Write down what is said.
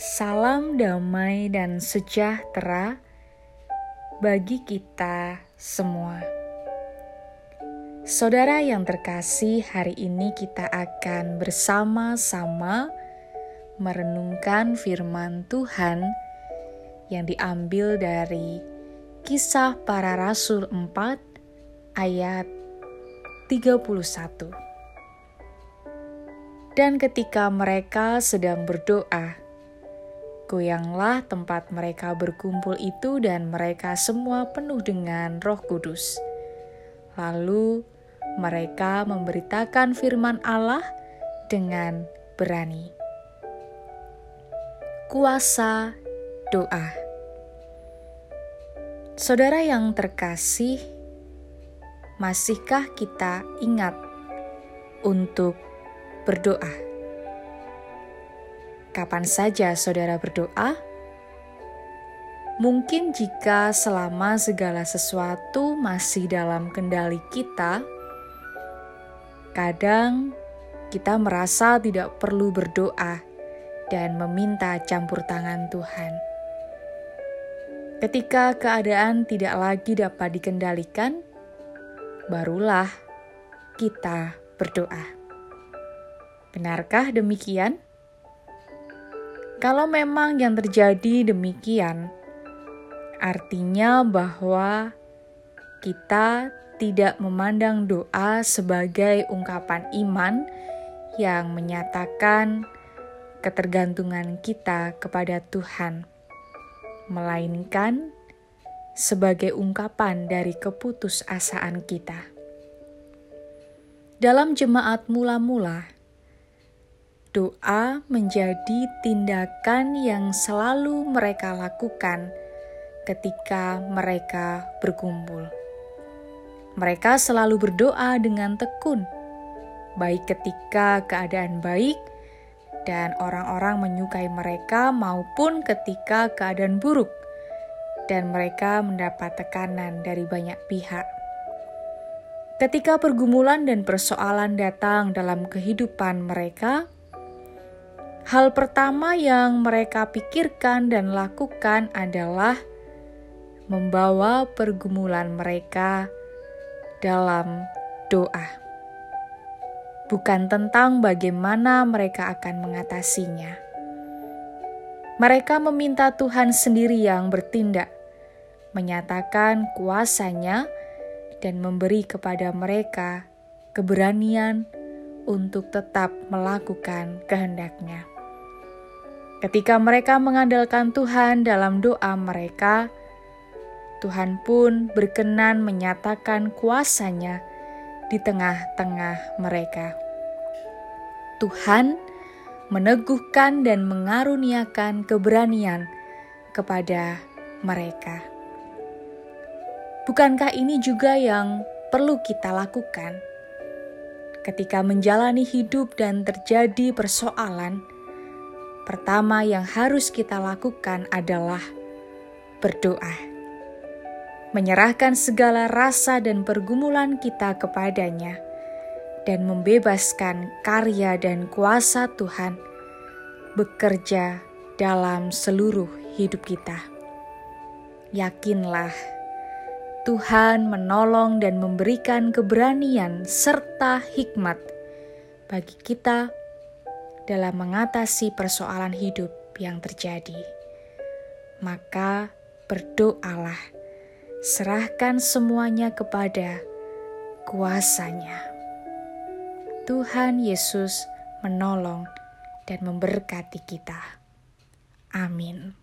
Salam damai dan sejahtera bagi kita semua. Saudara yang terkasih, hari ini kita akan bersama-sama merenungkan firman Tuhan yang diambil dari Kisah Para Rasul 4 ayat 31. Dan ketika mereka sedang berdoa, goyanglah tempat mereka berkumpul itu dan mereka semua penuh dengan Roh Kudus. Lalu mereka memberitakan firman Allah dengan berani. Kuasa doa. Saudara yang terkasih, masihkah kita ingat untuk berdoa? Kapan saja saudara berdoa? Mungkin jika selama segala sesuatu masih dalam kendali kita, kadang kita merasa tidak perlu berdoa dan meminta campur tangan Tuhan. Ketika keadaan tidak lagi dapat dikendalikan, barulah kita berdoa. Benarkah demikian? Kalau memang yang terjadi demikian, artinya bahwa kita tidak memandang doa sebagai ungkapan iman yang menyatakan ketergantungan kita kepada Tuhan, melainkan sebagai ungkapan dari keputusasaan kita. Dalam jemaat mula-mula, doa menjadi tindakan yang selalu mereka lakukan ketika mereka berkumpul. Mereka selalu berdoa dengan tekun, baik ketika keadaan baik dan orang-orang menyukai mereka maupun ketika keadaan buruk dan mereka mendapat tekanan dari banyak pihak. Ketika pergumulan dan persoalan datang dalam kehidupan mereka, hal pertama yang mereka pikirkan dan lakukan adalah membawa pergumulan mereka dalam doa. Bukan tentang bagaimana mereka akan mengatasinya. Mereka meminta Tuhan sendiri yang bertindak, menyatakan kuasa-Nya dan memberi kepada mereka keberanian untuk tetap melakukan kehendak-Nya. Ketika mereka mengandalkan Tuhan dalam doa mereka, Tuhan pun berkenan menyatakan kuasa-Nya di tengah-tengah mereka. Tuhan meneguhkan dan mengaruniakan keberanian kepada mereka. Bukankah ini juga yang perlu kita lakukan? Ketika menjalani hidup dan terjadi persoalan, pertama yang harus kita lakukan adalah berdoa. Menyerahkan segala rasa dan pergumulan kita kepadanya, dan membebaskan karya dan kuasa Tuhan bekerja dalam seluruh hidup kita. Yakinlah, Tuhan menolong dan memberikan keberanian serta hikmat bagi kita dalam mengatasi persoalan hidup yang terjadi. Maka berdoalah, serahkan semuanya kepada kuasa-Nya. Tuhan Yesus menolong dan memberkati kita. Amin.